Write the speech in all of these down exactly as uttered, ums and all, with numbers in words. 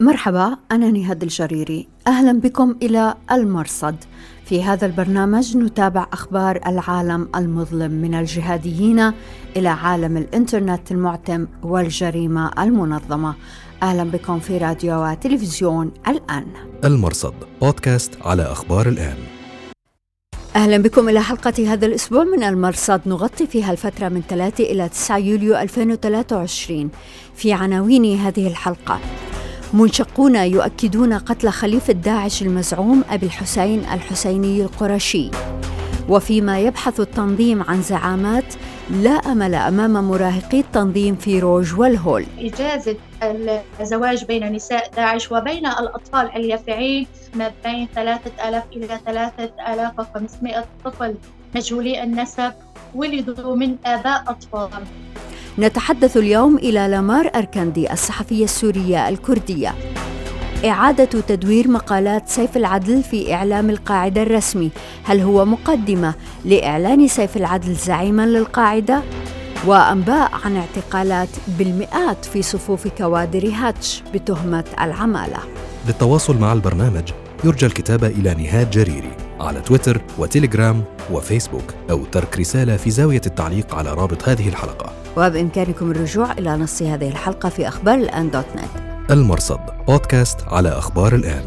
مرحبا، أنا نهاد الجريري. أهلا بكم إلى المرصد. في هذا البرنامج نتابع أخبار العالم المظلم من الجهاديين إلى عالم الإنترنت المعتم والجريمة المنظمة. أهلا بكم في راديو وتلفزيون الآن. المرصد بودكاست على أخبار الآن. أهلا بكم إلى حلقة هذا الأسبوع من المرصد، نغطي فيها الفترة من ثلاثة إلى تسعة يوليو ألفين وثلاثة وعشرين. في عناوين هذه الحلقة: منشقون يؤكدون قتل خليفة داعش المزعوم أبي الحسين الحسيني القرشي. وفيما يبحث التنظيم عن زعامات لا أمل أمام مراهقي التنظيم في روج والهول. إجازة الزواج بين نساء داعش وبين الأطفال اليافعين ما بين ثلاثة آلاف إلى ثلاثة آلاف وخمسمائة طفل مجهولي النسب ولدوا من آباء أطفال. نتحدث اليوم إلى لامار أركندي الصحفية السورية الكردية. إعادة تدوير مقالات سيف العدل في إعلام القاعدة الرسمي، هل هو مقدمة لإعلان سيف العدل زعيماً للقاعدة؟ وأنباء عن اعتقالات بالمئات في صفوف كوادر هاتش بتهمة العمالة. للتواصل مع البرنامج يرجى الكتابة إلى نهاد جريري على تويتر وتيليجرام وفيسبوك، أو ترك رسالة في زاوية التعليق على رابط هذه الحلقة. وبإمكانكم الرجوع إلى نص هذه الحلقة في أخبار الآن دوت نت. المرصد بودكاست على أخبار الآن.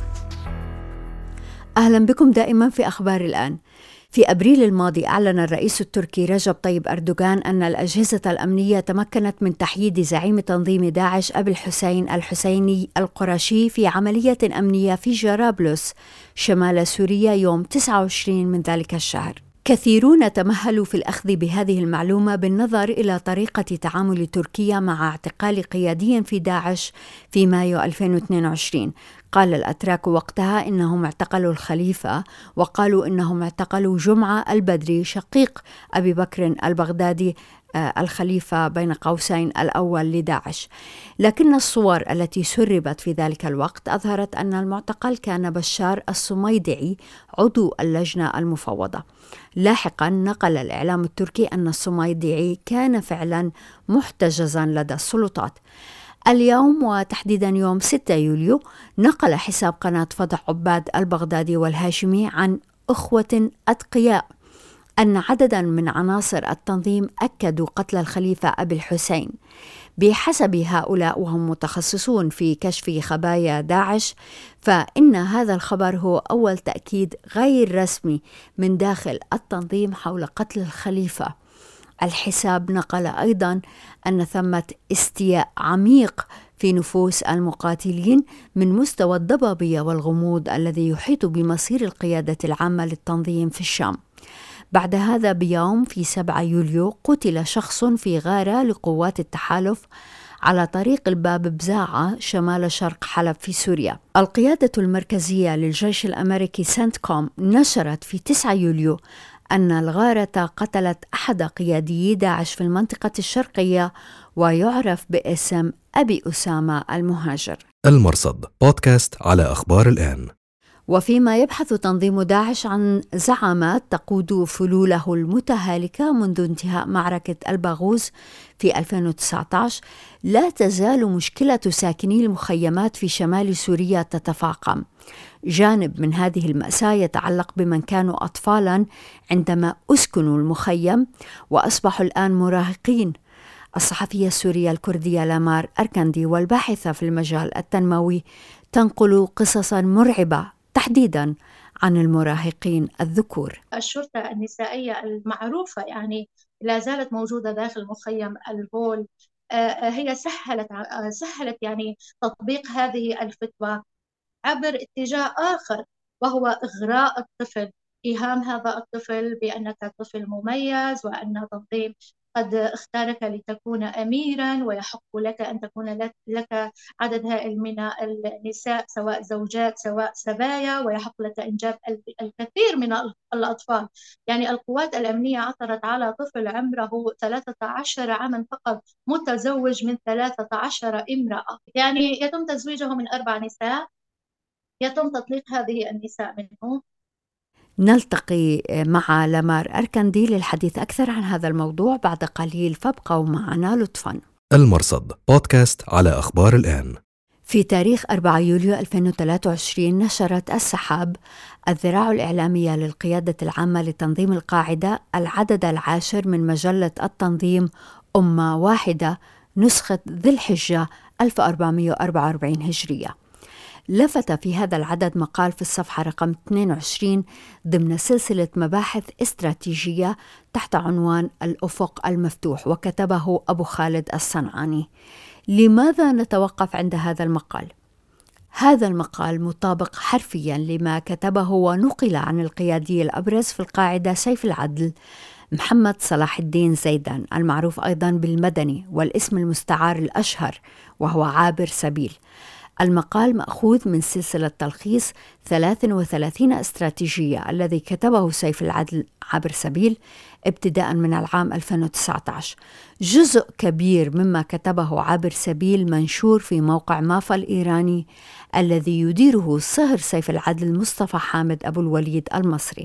أهلا بكم دائما في أخبار الآن. في أبريل الماضي أعلن الرئيس التركي رجب طيب أردوغان أن الأجهزة الأمنية تمكنت من تحييد زعيم تنظيم داعش أبي الحسين الحسيني القرشي في عملية أمنية في جرابلس شمال سوريا يوم تسعة وعشرين من ذلك الشهر. كثيرون تمهلوا في الأخذ بهذه المعلومة بالنظر إلى طريقة تعامل تركيا مع اعتقال قيادي في داعش في مايو ألفين واثنين وعشرين. قال الأتراك وقتها إنهم اعتقلوا الخليفة، وقالوا إنهم اعتقلوا جمعة البدري شقيق أبي بكر البغدادي الخليفة بين قوسين الأول لداعش. لكن الصور التي سربت في ذلك الوقت أظهرت أن المعتقل كان بشار الصميدعي عضو اللجنة المفوضة. لاحقا نقل الإعلام التركي أن الصميدعي كان فعلا محتجزا لدى السلطات. اليوم وتحديدا يوم ستة يوليو نقل حساب قناة فضح عباد البغدادي والهاشمي عن أخوة أتقياء أن عددا من عناصر التنظيم أكدوا قتل الخليفة أبي الحسين. بحسب هؤلاء وهم متخصصون في كشف خبايا داعش، فإن هذا الخبر هو أول تأكيد غير رسمي من داخل التنظيم حول قتل الخليفة. الحساب نقل أيضا أن ثمة استياء عميق في نفوس المقاتلين من مستوى الضبابية والغموض الذي يحيط بمصير القيادة العامة للتنظيم في الشام. بعد هذا بيوم في سبعة يوليو قتل شخص في غارة لقوات التحالف على طريق الباب بزاعة شمال شرق حلب في سوريا. القيادة المركزية للجيش الأمريكي سنتكوم نشرت في تسعة يوليو أن الغارة قتلت أحد قياديي داعش في المنطقة الشرقية ويعرف باسم أبي أسامة المهاجر. المرصد بودكاست على أخبار الآن. وفيما يبحث تنظيم داعش عن زعامات تقود فلوله المتهالكة منذ انتهاء معركة الباغوز في ألفين وتسعة عشر، لا تزال مشكلة ساكني المخيمات في شمال سوريا تتفاقم. جانب من هذه المأساة يتعلق بمن كانوا أطفالا عندما أسكنوا المخيم وأصبحوا الآن مراهقين. الصحفية السورية الكردية لامار أركندي والباحثة في المجال التنموي تنقل قصصا مرعبة تحديداً عن المراهقين الذكور. الشرطة النسائية المعروفة يعني لا زالت موجودة داخل مخيم الهول. هي سهلت سهلت يعني تطبيق هذه الفتوى عبر اتجاه آخر، وهو إغراء الطفل، إيهام هذا الطفل بأنك طفل مميز وأن تنظيم قد اختارك لتكون أميراً ويحق لك أن تكون لك عدد هائل من النساء سواء زوجات سواء سبايا، ويحق لك إنجاب الكثير من الأطفال. يعني القوات الأمنية عثرت على طفل عمره ثلاثة عشر عاماً فقط متزوج من ثلاثة عشر امرأة، يعني يتم تزويجه من أربع نساء، يتم تطليق هذه النساء منه. نلتقي مع لامار أركندي للحديث أكثر عن هذا الموضوع بعد قليل، فابقوا معنا لطفاً. المرصد بودكاست على أخبار الآن. في تاريخ أربعة يوليو ألفين وثلاثة وعشرين نشرت السحاب الذراع الإعلامية للقيادة العامة لتنظيم القاعدة العدد العاشر من مجلة التنظيم أمة واحدة نسخة ذي الحجة ألف وأربعمائة وأربعة وأربعين هجرية. لفت في هذا العدد مقال في الصفحة رقم اثنين وعشرين ضمن سلسلة مباحث استراتيجية تحت عنوان الأفق المفتوح، وكتبه أبو خالد الصنعاني. لماذا نتوقف عند هذا المقال؟ هذا المقال مطابق حرفياً لما كتبه ونقل عن القيادي الأبرز في القاعدة سيف العدل محمد صلاح الدين زيدان، المعروف أيضاً بالمدني والاسم المستعار الأشهر وهو عابر سبيل. المقال مأخوذ من سلسلة تلخيص ثلاث وثلاثين استراتيجية الذي كتبه سيف العدل عبر سبيل ابتداء من العام ألفين وتسعة عشر. جزء كبير مما كتبه عبر سبيل منشور في موقع مافا الإيراني الذي يديره صهر سيف العدل مصطفى حامد أبو الوليد المصري.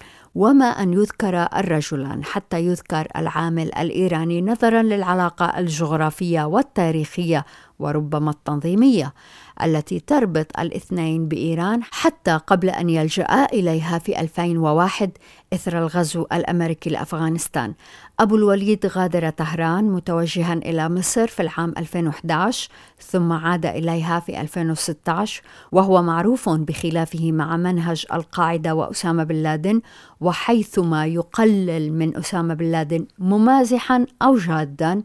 وما أن يذكر الرجلان حتى يذكر العامل الإيراني نظراً للعلاقة الجغرافية والتاريخية وربما التنظيمية التي تربط الاثنين بإيران حتى قبل أن يلجأ إليها في ألفين وواحد إثر الغزو الأمريكي لأفغانستان. أبو الوليد غادر طهران متوجها إلى مصر في العام ألفين وأحد عشر ثم عاد إليها في ألفين وستة عشر، وهو معروف بخلافه مع منهج القاعدة وأسامة بن لادن، وحيثما يقلل من أسامة بن لادن ممازحا أو جادا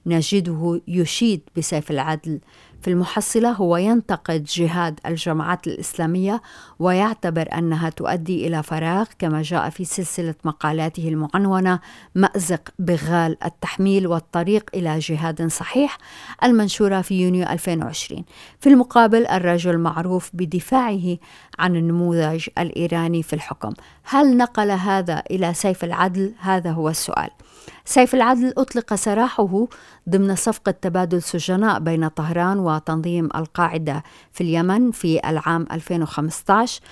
نجده يشيد بسيف العدل. في المحصلة هو ينتقد جهاد الجماعات الإسلامية ويعتبر أنها تؤدي إلى فراغ، كما جاء في سلسلة مقالاته المعنونة مأزق بغال التحميل والطريق إلى جهاد صحيح المنشورة في يونيو ألفين وعشرين. في المقابل الرجل معروف بدفاعه عن النموذج الإيراني في الحكم. هل نقل هذا إلى سيف العدل؟ هذا هو السؤال. سيف العدل أطلق سراحه ضمن صفقة تبادل سجناء بين طهران وتنظيم القاعدة في اليمن في العام ألفين وخمسة عشر،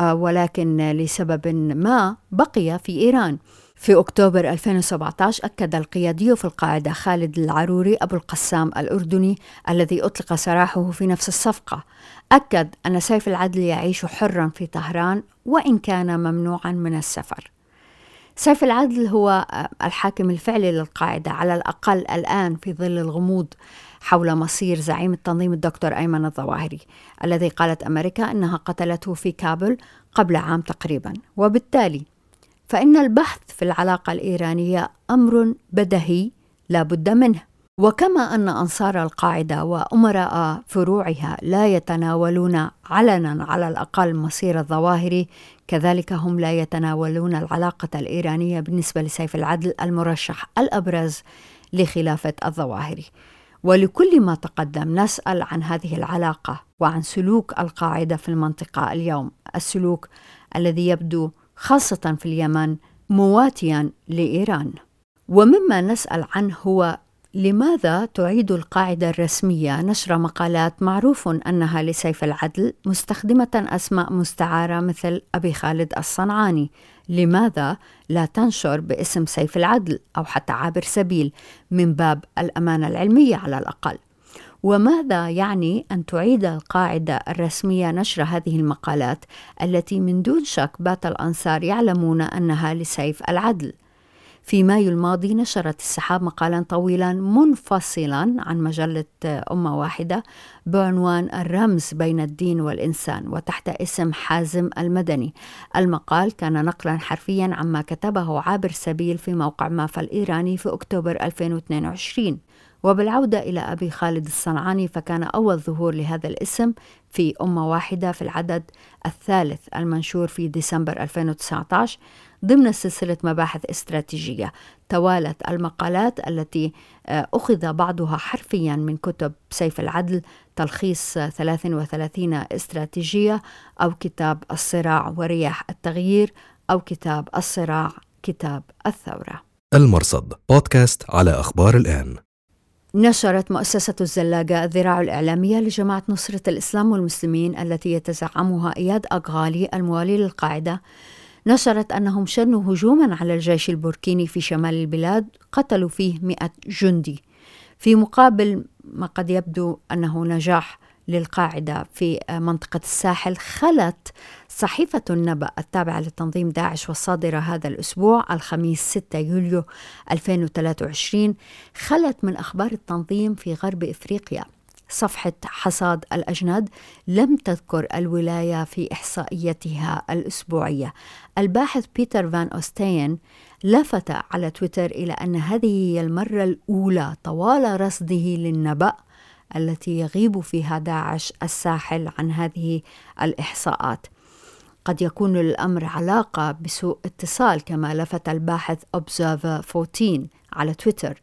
ولكن لسبب ما بقي في إيران. في أكتوبر ألفين وسبعة عشر أكد القيادي في القاعدة خالد العروري أبو القسام الأردني الذي أطلق سراحه في نفس الصفقة، أكد أن سيف العدل يعيش حرا في طهران وإن كان ممنوعا من السفر. سيف العدل هو الحاكم الفعلي للقاعدة على الأقل الآن في ظل الغموض حول مصير زعيم التنظيم الدكتور أيمن الظواهري الذي قالت أمريكا أنها قتلته في كابل قبل عام تقريبا. وبالتالي فإن البحث في العلاقة الإيرانية أمر بديهي لا بد منه. وكما أن أنصار القاعدة وأمراء فروعها لا يتناولون علنا على الأقل مصير الظواهري، كذلك هم لا يتناولون العلاقة الإيرانية بالنسبة لسيف العدل المرشح الأبرز لخلافة الظواهري. ولكل ما تقدم نسأل عن هذه العلاقة وعن سلوك القاعدة في المنطقة اليوم، السلوك الذي يبدو خاصة في اليمن مواتيا لإيران. ومما نسأل عنه هو لماذا تعيد القاعدة الرسمية نشر مقالات معروف أنها لسيف العدل مستخدمة أسماء مستعارة مثل أبي خالد الصنعاني؟ لماذا لا تنشر باسم سيف العدل أو حتى عابر سبيل من باب الأمانة العلمية على الأقل؟ وماذا يعني أن تعيد القاعدة الرسمية نشر هذه المقالات التي من دون شك بات الأنصار يعلمون أنها لسيف العدل؟ في مايو الماضي نشرت السحاب مقالا طويلا منفصلا عن مجلة أمة واحدة بعنوان الرمز بين الدين والإنسان وتحت اسم حازم المدني. المقال كان نقلا حرفيا عما كتبه عابر سبيل في موقع مافا الإيراني في أكتوبر ألفين واثنين وعشرين. وبالعودة إلى أبي خالد الصنعاني فكان أول ظهور لهذا الاسم في أمة واحدة في العدد الثالث المنشور في ديسمبر ألفين وتسعة عشر ضمن سلسلة مباحث استراتيجية. توالت المقالات التي أخذ بعضها حرفيا من كتب سيف العدل، تلخيص ثلاث وثلاثين استراتيجية، أو كتاب الصراع ورياح التغيير، أو كتاب الصراع كتاب الثورة. المرصد بودكاست على أخبار الآن. نشرت مؤسسة الزلاقة الذراع الإعلامية لجماعة نصرة الإسلام والمسلمين التي يتزعمها إياد أغالي الموالي للقاعدة، نشرت أنهم شنوا هجوما على الجيش البوركيني في شمال البلاد قتلوا فيه مئة جندي، في مقابل ما قد يبدو أنه نجاح للقاعدة في منطقة الساحل، خلت صحيفة النبأ التابعة لتنظيم داعش والصادرة هذا الأسبوع الخميس ستة يوليو ألفين وثلاثة وعشرين، خلت من أخبار التنظيم في غرب إفريقيا. صفحة حصاد الأجند لم تذكر الولاية في إحصائيتها الأسبوعية. الباحث بيتر فان أوستين لفت على تويتر إلى أن هذه هي المرة الأولى طوال رصده للنبأ التي يغيب فيها داعش الساحل عن هذه الإحصاءات. قد يكون الأمر علاقة بسوء اتصال كما لفت الباحث Observer أربعة عشر على تويتر،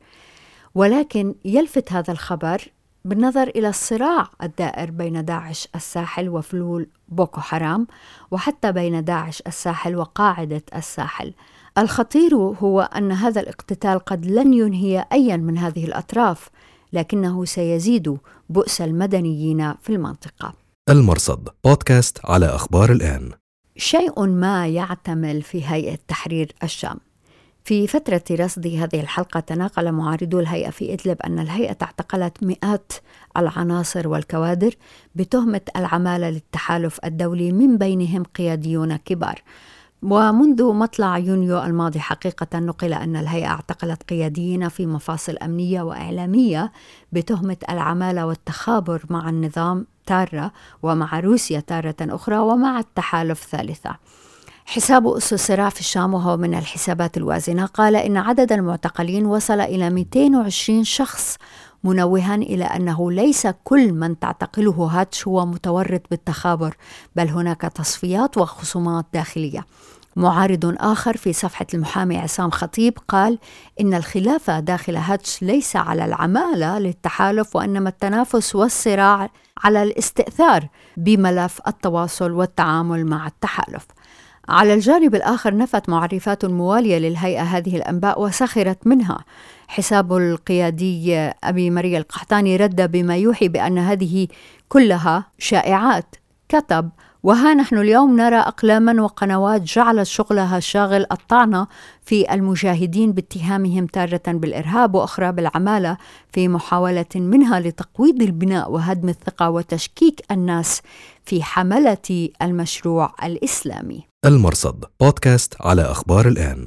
ولكن يلفت هذا الخبر بالنظر إلى الصراع الدائر بين داعش الساحل وفلول بوكو حرام، وحتى بين داعش الساحل وقاعدة الساحل. الخطير هو أن هذا الاقتتال قد لن ينهي أي من هذه الأطراف، لكنه سيزيد بؤس المدنيين في المنطقة. المرصد بودكاست على أخبار الآن. شيء ما يعتمل في هيئة تحرير الشام. في فترة رصد هذه الحلقة تناقل معارضو الهيئة في إدلب أن الهيئة اعتقلت مئات العناصر والكوادر بتهمة العمالة للتحالف الدولي، من بينهم قياديون كبار. ومنذ مطلع يونيو الماضي حقيقة نقل أن الهيئة اعتقلت قياديين في مفاصل أمنية وإعلامية بتهمة العمالة والتخابر مع النظام تارة، ومع روسيا تارة أخرى، ومع التحالف ثالثة. حساب أس الصراع في الشام، وهو من الحسابات الوازنة، قال إن عدد المعتقلين وصل إلى مئتين وعشرين شخص، منوها إلى أنه ليس كل من تعتقله هاتش هو متورط بالتخابر، بل هناك تصفيات وخصومات داخلية. معارض آخر في صفحة المحامي عصام خطيب قال إن الخلاف داخل هاتش ليس على العمالة للتحالف، وإنما التنافس والصراع على الاستئثار بملف التواصل والتعامل مع التحالف. على الجانب الآخر نفت معرفات موالية للهيئة هذه الأنباء وسخرت منها. حساب القيادي أبي مريا القحطاني رد بما يوحي بأن هذه كلها شائعات. كتب: وها نحن اليوم نرى أقلاما وقنوات جعلت شغلها شاغل الطعنة في المجاهدين باتهامهم تارة بالإرهاب وأخرى بالعمالة، في محاولة منها لتقويض البناء وهدم الثقة وتشكيك الناس في حملة المشروع الإسلامي. المرصد بودكاست على أخبار الآن.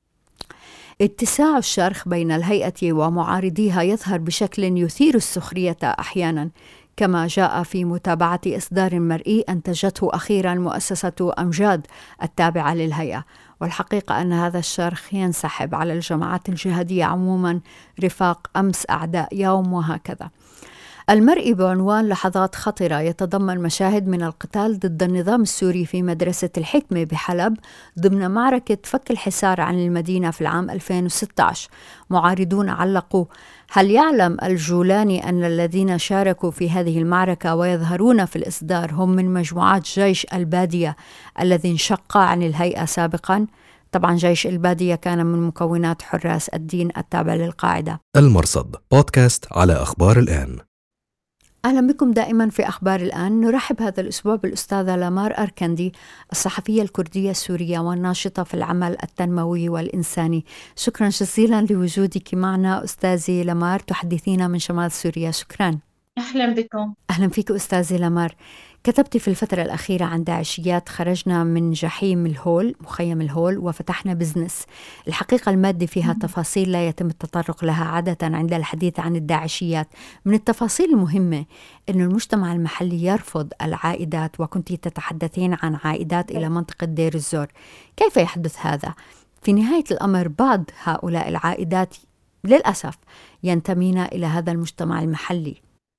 اتساع الشرخ بين الهيئة ومعارضيها يظهر بشكل يثير السخرية أحيانا، كما جاء في متابعة إصدار مرئي أنتجته أخيرا مؤسسة أمجاد التابعة للهيئة. والحقيقة أن هذا الشرخ ينسحب على الجماعات الجهادية عموما رفاق أمس أعداء يوم، وهكذا. المرئي بعنوان لحظات خطرة يتضمن مشاهد من القتال ضد النظام السوري في مدرسة الحكمة بحلب ضمن معركة فك الحصار عن المدينة في العام ألفين وستة عشر. معارضون علقوا: هل يعلم الجولاني أن الذين شاركوا في هذه المعركة ويظهرون في الإصدار هم من مجموعات جيش البادية الذي انشق عن الهيئة سابقا؟ طبعا جيش البادية كان من مكونات حراس الدين التابع للقاعدة. المرصد بودكاست على أخبار الآن. أهلا بكم دائما في أخبار الآن. نرحب هذا الأسبوع بالأستاذة لمار أركندي، الصحفية الكردية السورية والناشطة في العمل التنموي والإنساني. شكرا جزيلا لوجودك معنا أستاذي لمار، تحدثينا من شمال سوريا. شكرا. أهلا بكم. أهلا فيك أستاذي لمار. كتبت في الفترة الأخيرة عن داعشيات: خرجنا من جحيم الهول، مخيم الهول، وفتحنا بزنس. الحقيقة المادة فيها تفاصيل لا يتم التطرق لها عادة عند الحديث عن الداعشيات. من التفاصيل المهمة أن المجتمع المحلي يرفض العائدات، وكنت تتحدثين عن عائدات إلى منطقة دير الزور. كيف يحدث هذا؟ في نهاية الأمر بعض هؤلاء العائدات للأسف ينتمين إلى هذا المجتمع المحلي.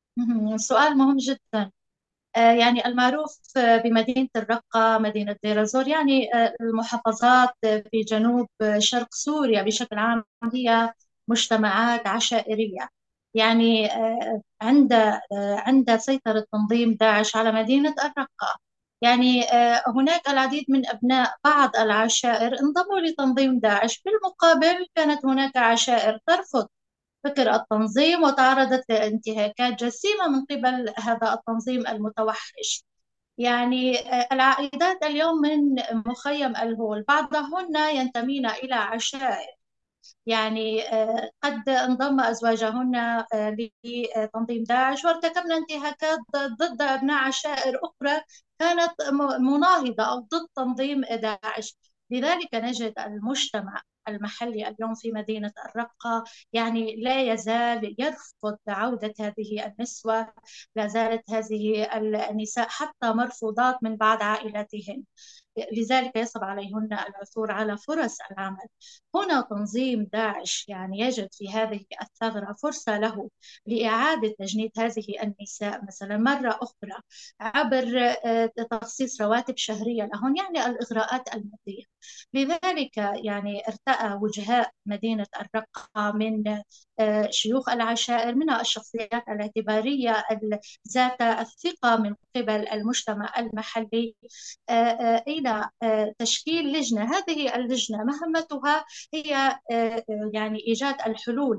سؤال مهم جدا. يعني المعروف بمدينة الرقة، مدينة دير الزور، يعني المحافظات في جنوب شرق سوريا بشكل عام هي مجتمعات عشائرية. يعني عند عند سيطرة تنظيم داعش على مدينة الرقة، يعني هناك العديد من أبناء بعض العشائر انضموا لتنظيم داعش. بالمقابل كانت هناك عشائر ترفض فكر التنظيم وتعرضت لانتهاكات جسيمة من قبل هذا التنظيم المتوحش. يعني العائدات اليوم من مخيم الهول بعضهن ينتمين إلى عشائر يعني قد انضم أزواجهن لتنظيم داعش، وارتكبن انتهاكات ضد أبناء عشائر أخرى كانت مناهضة أو ضد تنظيم داعش. لذلك نجد المجتمع المحلي اليوم في مدينة الرقة يعني لا يزال يرفض عودة هذه النسوة، لا زالت هذه النساء حتى مرفوضات من بعض عائلاتهن، لذلك يصعب عليهن العثور على فرص العمل. هنا تنظيم داعش يعني يجد في هذه الثغرة فرصة له لإعادة تجنيد هذه النساء مثلا مرة أخرى عبر تخصيص رواتب شهرية لهن، يعني الإغراءات المادية. لذلك يعني ارتأى وجهاء مدينة الرقة من شيوخ العشائر، من الشخصيات الاعتبارية ذات الثقة من قبل المجتمع المحلي، إلى تشكيل لجنة. هذه اللجنة مهمتها هي يعني إيجاد الحلول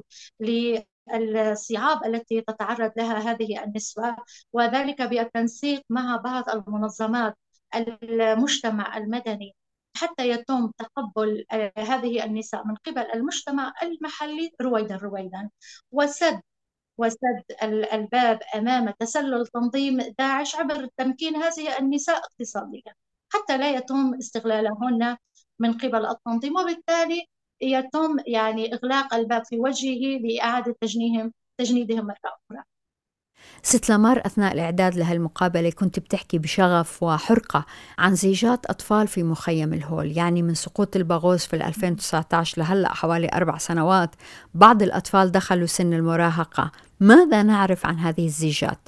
للصعاب التي تتعرض لها هذه النسوة، وذلك بالتنسيق مع بعض المنظمات المجتمع المدني حتى يتم تقبل هذه النساء من قبل المجتمع المحلي رويدا رويدا، وسد وسد الباب أمام تسلل تنظيم داعش عبر تمكين هذه النساء اقتصاديا حتى لا يتم استغلالهن من قبل التنظيم، وبالتالي يتم يعني إغلاق الباب في وجهه لإعادة تجنيدهم تجنيدهم مرة أخرى. ست لامار، أثناء الإعداد لهالمقابلة كنت بتحكي بشغف وحرقة عن زيجات أطفال في مخيم الهول، يعني من سقوط الباغوس في ألفين وتسعة عشر لهلأ حوالي أربع سنوات بعض الأطفال دخلوا سن المراهقة. ماذا نعرف عن هذه الزيجات؟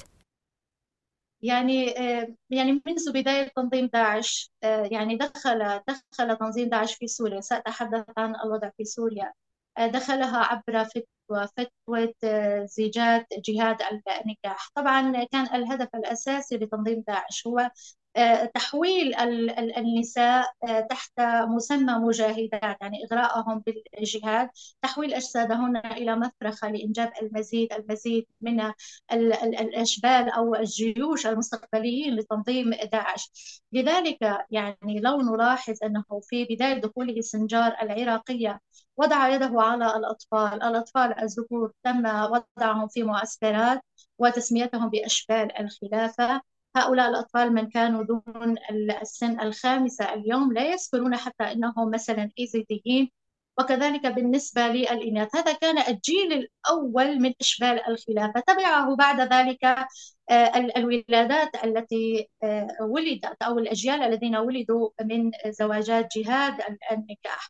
يعني يعني منذ بداية تنظيم داعش، يعني دخل دخل تنظيم داعش في سوريا، سأتحدث عن الوضع في سوريا. دخلها عبر فتوى فتوى زيجات جهاد النكاح. طبعا كان الهدف الأساسي لتنظيم داعش هو تحويل النساء تحت مسمى مجاهدات، يعني إغراءهم بالجهاد، تحويل أجسادهن إلى مفرخة لإنجاب المزيد المزيد من الأشبال أو الجيوش المستقبليين لتنظيم داعش. لذلك يعني لو نلاحظ أنه في بداية دخوله سنجار العراقية وضع يده على الأطفال الأطفال الذكور، تم وضعهم في معسكرات وتسميتهم بأشبال الخلافة. هؤلاء الأطفال من كانوا دون السن الخامسة اليوم لا يذكرون حتى أنهم مثلا إيزيديين، وكذلك بالنسبة للإناث هذا كان الجيل الأول من إشبال الخلافة. تبعه بعد ذلك الولادات التي ولدت أو الأجيال الذين ولدوا من زواجات جهاد النكاح.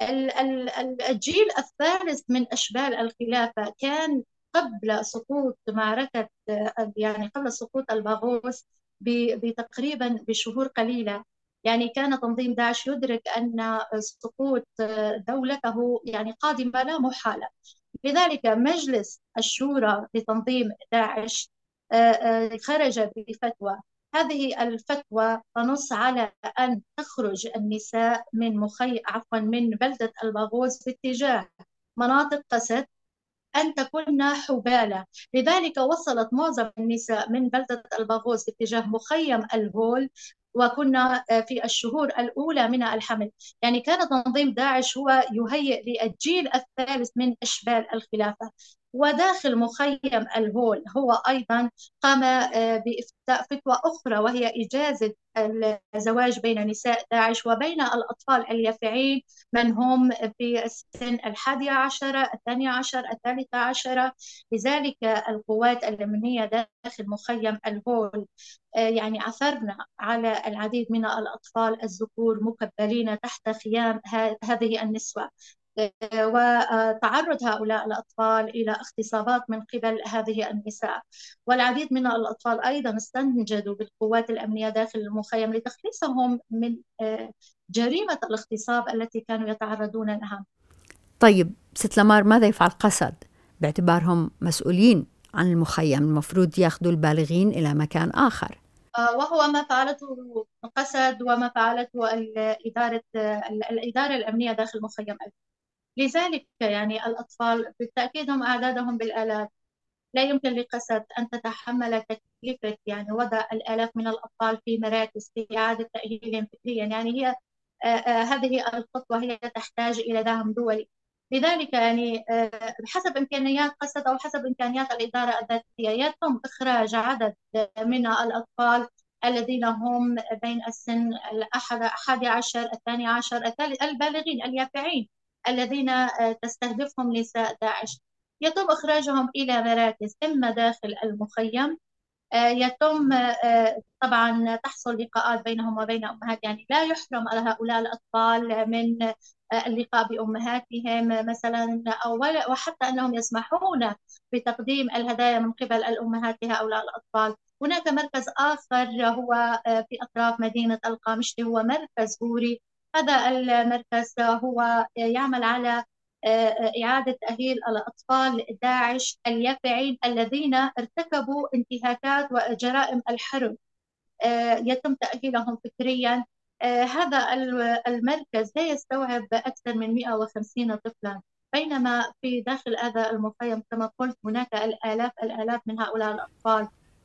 الجيل الثالث من أشبال الخلافة كان قبل سقوط معركة يعني قبل سقوط الباغوس بتقريبا بشهور قليلة، يعني كان تنظيم داعش يدرك أن سقوط دولته يعني قادمة لا محالة. لذلك مجلس الشورى لتنظيم داعش خرج بفتوى. هذه الفتوى تنص على أن تخرج النساء من مخي عفوا من بلدة الباغوس باتجاه مناطق قسد أن تكون حبالة. لذلك وصلت معظم النساء من بلدة الباغوس باتجاه مخيم الهول، وكنا في الشهور الأولى من الحمل. يعني كان تنظيم داعش هو يهيئ للجيل الثالث من أشبال الخلافة. وداخل مخيم الهول هو أيضا قام بإفتاء فتوى أخرى، وهي إجازة الزواج بين نساء داعش وبين الأطفال اليافعين من هم في السن الحادية عشرة الثانية عشر الثالثة عشرة. لذلك القوات الأمنية داخل مخيم الهول يعني عثرنا على العديد من الأطفال الذكور مكبلين تحت خيام هذه النسوة، وتعرض هؤلاء الأطفال إلى اغتصابات من قبل هذه النساء. والعديد من الأطفال أيضا استنجدوا بالقوات الأمنية داخل المخيم لتخليصهم من جريمة الاغتصاب التي كانوا يتعرضون لها. طيب ست لامار، ماذا يفعل قسد باعتبارهم مسؤولين عن المخيم؟ المفروض ياخذوا البالغين إلى مكان آخر. وهو ما فعلته قسد وما فعلته الإدارة الإدارة الأمنية داخل مخيم. لذلك يعني الأطفال بالتأكيد هم أعدادهم بالآلاف، لا يمكن لقسد أن تتحمل تكلفة يعني وضع الآلاف من الأطفال في مراكز في إعادة تأهيلهم فكريا. يعني هي آه آه هذه الخطوة هي تحتاج إلى دعم دولي، لذلك يعني آه، بحسب إمكانيات قسد أو حسب إمكانيات الإدارة الذاتية يتم إخراج عدد من الأطفال الذين هم بين السن الأحد الحادي عشر الثاني عشر الثالث، البالغين اليافعين الذين آه، تستهدفهم نساء داعش. يتم إخراجهم إلى مراكز إما داخل المخيم، آه، يتم آه، طبعا تحصل لقاءات بينهم وبين أمهات، يعني لا يحرم هؤلاء الأطفال من آه، اللقاء بأمهاتهم مثلا، أو وحتى أنهم يسمحون بتقديم الهدايا من قبل الأمهات لهؤلاء الأطفال. هناك مركز آخر هو آه، في أطراف مدينة القامشلي، هو مركز بوري. هذا المركز هو يعمل على إعادة تأهيل الأطفال داعش اليافعين الذين ارتكبوا انتهاكات وجرائم الحرب، يتم تأهيلهم فكريا. هذا المركز لا يستوعب أكثر من مئة وخمسين طفلا، بينما في داخل هذا المخيم كما قلت هناك الآلاف الآلاف من هؤلاء الأطفال.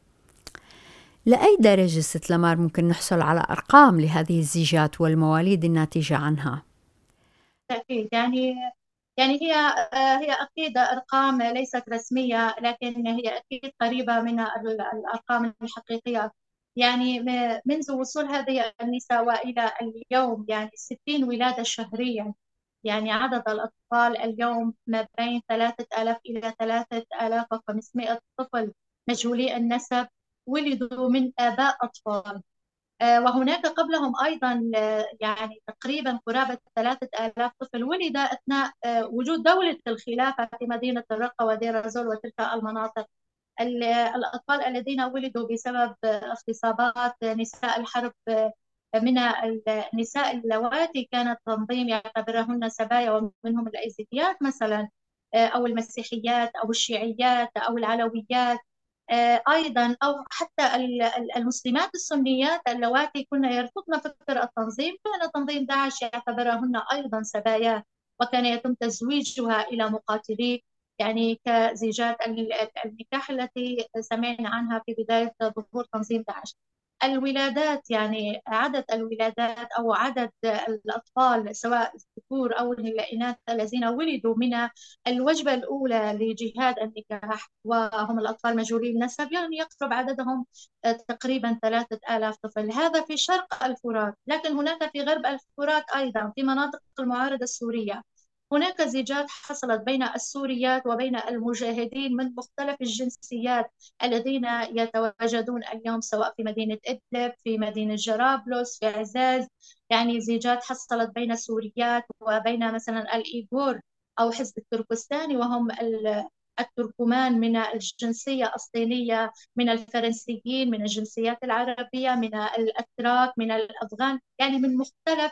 لأي درجة ست لمار ممكن نحصل على أرقام لهذه الزيجات والمواليد الناتجة عنها؟ بالتأكيد يعني يعني هي هي أكيد أرقام ليست رسمية، لكن هي أكيد قريبة من الأرقام الحقيقية. يعني منذ وصول هذه النساء وإلى اليوم يعني ستين ولادة شهريا. يعني عدد الأطفال اليوم ما بين ثلاثة آلاف إلى ثلاثة آلاف وخمسمائة طفل مجهولي النسب ولدوا من آباء أطفال. آه، وهناك قبلهم أيضا آه، يعني تقريبا قرابة ثلاثة آلاف طفل ولد أثناء آه، وجود دولة الخلافة في مدينة الرقة ودير الزور وتلك المناطق. الأطفال الذين ولدوا بسبب آه، اغتصابات نساء الحرب آه، من النساء اللواتي كان التنظيم يعتبرهن سبايا، ومنهم الأيزيديات مثلا، آه، أو المسيحيات أو الشيعيات أو العلويات. آه، أيضا أو حتى المسلمات السنيات اللواتي كن يرفضن فكر التنظيم، كان تنظيم داعش يعتبرهن أيضا سبايا، وكان يتم تزويجها إلى مقاتلي، يعني كزيجات النكاح التي سمعنا عنها في بداية ظهور تنظيم داعش. الولادات يعني عدد الولادات أو عدد الأطفال سواء الذكور أو الإناث الذين ولدوا من الوجبة الأولى لجهاد النكاح وهم الأطفال مجهولي النسب، يعني يقرب عددهم تقريبا ثلاثة آلاف طفل. هذا في شرق الفرات، لكن هناك في غرب الفرات أيضا في مناطق المعارضة السورية هناك زيجات حصلت بين السوريات وبين المجاهدين من مختلف الجنسيات الذين يتواجدون اليوم سواء في مدينة إدلب، في مدينة جرابلس، في عزاز. يعني زيجات حصلت بين السوريات وبين مثلا الإيغور أو حزب التركستاني وهم التركمان من الجنسية الصينية، من الفرنسيين، من الجنسيات العربية، من الأتراك، من الأفغان، يعني من مختلف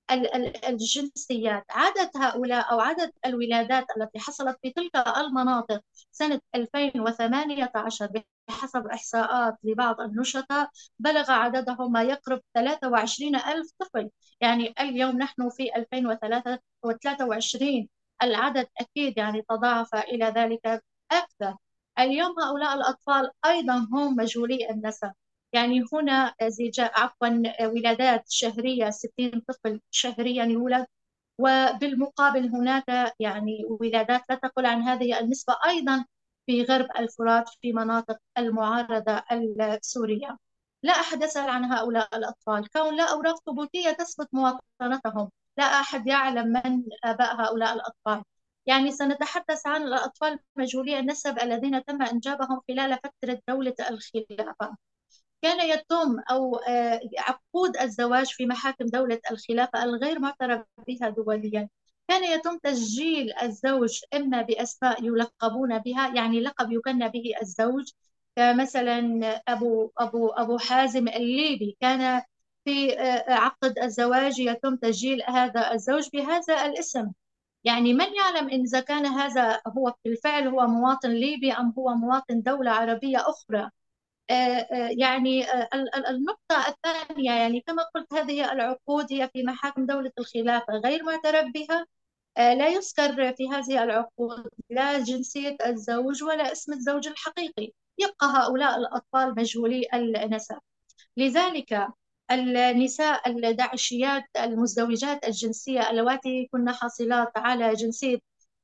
الجنسيات. عدد هؤلاء أو عدد الولادات التي حصلت في تلك المناطق سنة ألفين وثمانية عشر بحسب إحصاءات لبعض النشطاء بلغ عددهم ما يقرب ثلاثة وعشرين ألف طفل. يعني اليوم نحن في ألفين وثلاثة وعشرين العدد أكيد يعني تضاعف إلى ذلك أكثر. اليوم هؤلاء الأطفال أيضا هم مجهولي النسب، يعني هنا زيجة عفوا ولادات شهرية ستين طفل شهريا يولد، وبالمقابل هناك يعني ولادات لا تقل عن هذه النسبة أيضا في غرب الفرات في مناطق المعارضة السورية. لا أحد يسأل عن هؤلاء الأطفال، كون لا أوراق ثبوتية تثبت مواطنتهم، لا أحد يعلم من آباء هؤلاء الأطفال. يعني سنتحدث عن الأطفال مجهولي النسب الذين تم إنجابهم خلال فترة دولة الخلافة. كان يتم أو آه، عقود الزواج في محاكم دولة الخلافة الغير معترف بها دوليا. كان يتم تسجيل الزوج إما بأسماء يلقبون بها، يعني لقب يكنى به الزوج، كمثلا أبو أبو أبو حازم الليبي. كان في آه، عقد الزواج يتم تسجيل هذا الزوج بهذا الاسم. يعني من يعلم إن إذا كان هذا هو بالفعل هو مواطن ليبي أم هو مواطن دولة عربية أخرى. آه، آه، يعني آه، النقطة الثانية، يعني كما قلت هذه العقود هي في محاكم دولة الخلافة غير معترف بها. لا يذكر في هذه العقود لا جنسية الزوج ولا اسم الزوج الحقيقي، يبقى هؤلاء الأطفال مجهولي النسب. لذلك النساء الداعشيات المزدوجات الجنسية اللواتي كن حاصلات على جنسية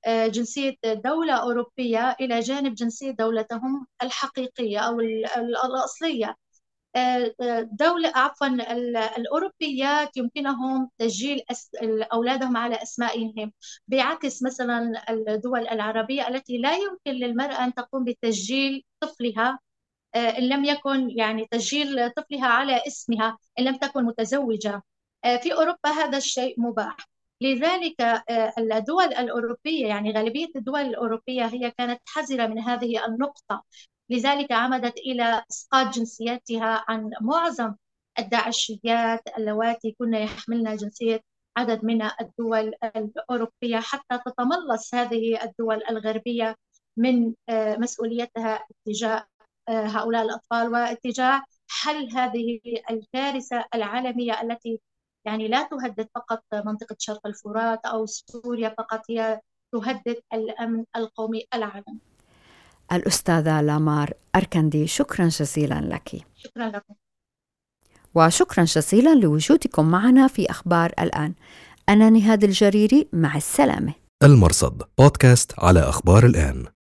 جنسية دولة أوروبية إلى جانب جنسية دولتهم الحقيقية أو الأصلية. دولة عفوا الأوروبيات يمكنهم تسجيل أولادهم على أسمائهم، بعكس مثلا الدول العربية التي لا يمكن للمرأة أن تقوم بتسجيل طفلها إن لم يكن يعني تسجيل طفلها على اسمها إن لم تكن متزوجة. في أوروبا هذا الشيء مباح. لذلك الدول الأوروبية يعني غالبية الدول الأوروبية هي كانت حذرة من هذه النقطة، لذلك عمدت إلى إسقاط جنسياتها عن معظم الداعشيات اللواتي كن يحملن جنسية عدد من الدول الأوروبية، حتى تتملص هذه الدول الغربية من مسؤوليتها اتجاه هؤلاء الأطفال واتجاه حل هذه الكارثة العالمية التي يعني لا تهدد فقط منطقة شرق الفرات أو سوريا فقط، هي تهدد الأمن القومي العالمي. الأستاذة لامار أركندي، شكرا جزيلا لك. شكرا لكم. وشكرا جزيلا لوجودكم معنا في أخبار الآن. أنا نهاد الجريري، مع السلامة. المرصد بودكاست على أخبار الآن.